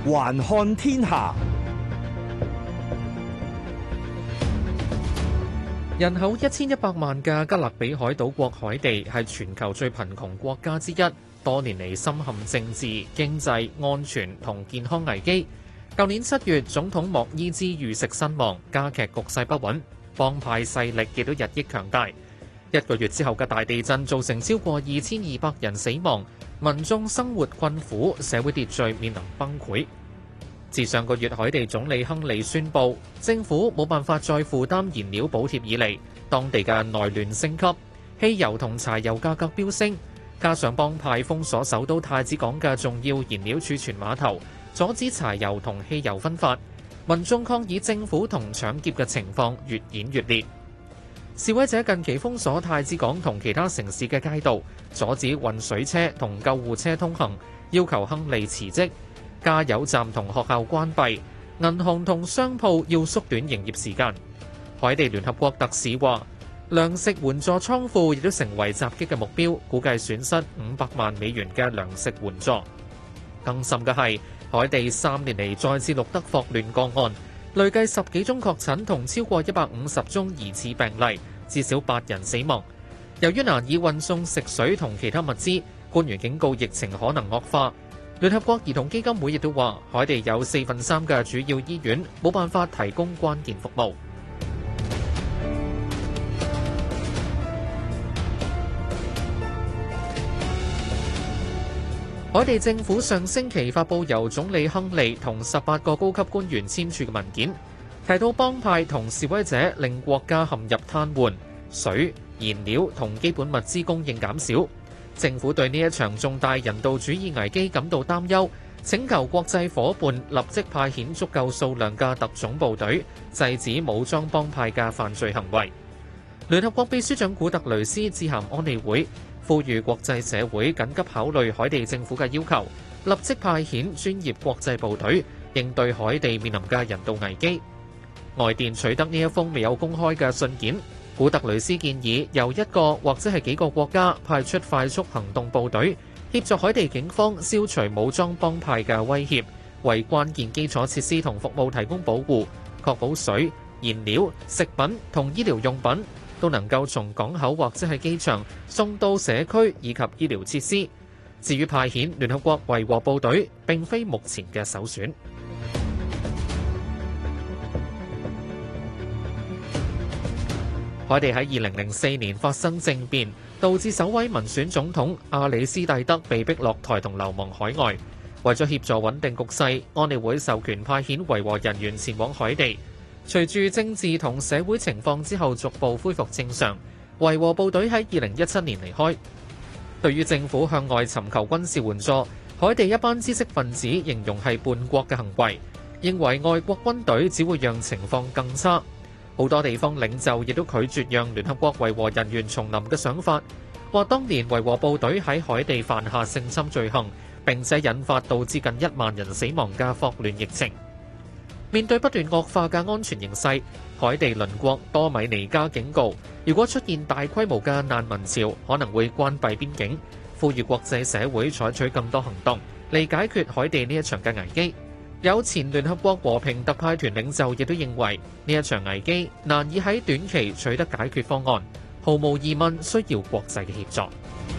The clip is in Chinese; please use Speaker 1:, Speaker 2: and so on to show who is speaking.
Speaker 1: 環看天下。
Speaker 2: 人口1100萬嘅加勒比海島國海地係全球最貧窮國家之一，多年嚟深陷政治、經濟、安全同健康危機。舊年7月，總統莫伊茲遇刺身亡，加劇局勢不穩，幫派勢力亦都日益強大。1個月之後嘅大地震造成超過2200人死亡，民眾生活困苦，社會秩序面臨崩潰。自上個月海地總理亨利宣布政府冇辦法再負擔燃料補貼以嚟，當地嘅內亂升級，汽油同柴油價格飆升，加上幫派封鎖首都太子港嘅重要燃料儲存碼頭，阻止柴油同汽油分發，民眾抗議政府同搶劫嘅情況越演越烈。示威者近期封鎖太子港同其他城市嘅街道，阻止運水車同救護車通行，要求亨利辭職。加油站同學校關閉，銀行同商鋪要縮短營業時間。海地聯合國特使話，糧食援助倉庫亦都成為襲擊嘅目標，估計損失500萬美元嘅糧食援助。更甚嘅係，海地3年嚟再次錄得霍亂個案，累計10幾宗確診同超過150宗疑似病例，至少8人死亡。由於難以運送食水同其他物資，官員警告疫情可能惡化。聯合國兒童基金會亦都話，海地有3/4嘅主要醫院冇辦法提供關鍵服務。海地政府上星期發布由總理亨利同18個高級官員簽署嘅文件，提到幫派同示威者令國家陷入癱瘓，水、燃料同基本物資供應減少。政府對呢一場重大人道主義危機感到擔憂，請求國際夥伴立即派遣足夠數量嘅特種部隊，制止武裝幫派嘅犯罪行為。聯合國秘書長古特雷斯致函安理會，呼籲國際社會緊急考慮海地政府嘅要求，立即派遣專業國際部隊，應對海地面臨嘅人道危機。外電取得呢一封未有公開嘅信件。古特雷斯建議由1個或者係幾個國家派出快速行動部隊，協助海地警方消除武裝幫派嘅威脅，為關鍵基礎設施同服務提供保護，確保水、燃料、食品同醫療用品都能夠從港口或者係機場送到社區以及醫療設施。至於派遣聯合國維和部隊，並非目前嘅首選。海地喺2004年發生政變，導致首位民選總統阿里斯蒂德被逼落台同流亡海外。為咗協助穩定局勢，安理會授權派遣維和人員前往海地。隨住政治同社會情況之後逐步恢復正常，維和部隊喺2017年離開。對於政府向外尋求軍事援助，海地一班知識分子形容係叛國嘅行為，認為外國軍隊只會讓情況更差。好多地方領袖亦都拒絕讓聯合國維和人員重臨嘅想法，話當年維和部隊喺海地犯下性侵罪行，並且引發導致近1萬人死亡嘅霍亂疫情。面對不斷惡化嘅安全形勢，海地鄰國多米尼加警告，如果出現大規模嘅難民潮，可能會關閉邊境，呼籲國際社會採取更多行動嚟解決海地呢一場嘅危機。有前聯合國和平特派團領袖亦都認為，呢一場危機難以喺短期取得解決方案，毫無疑問需要國際嘅協助。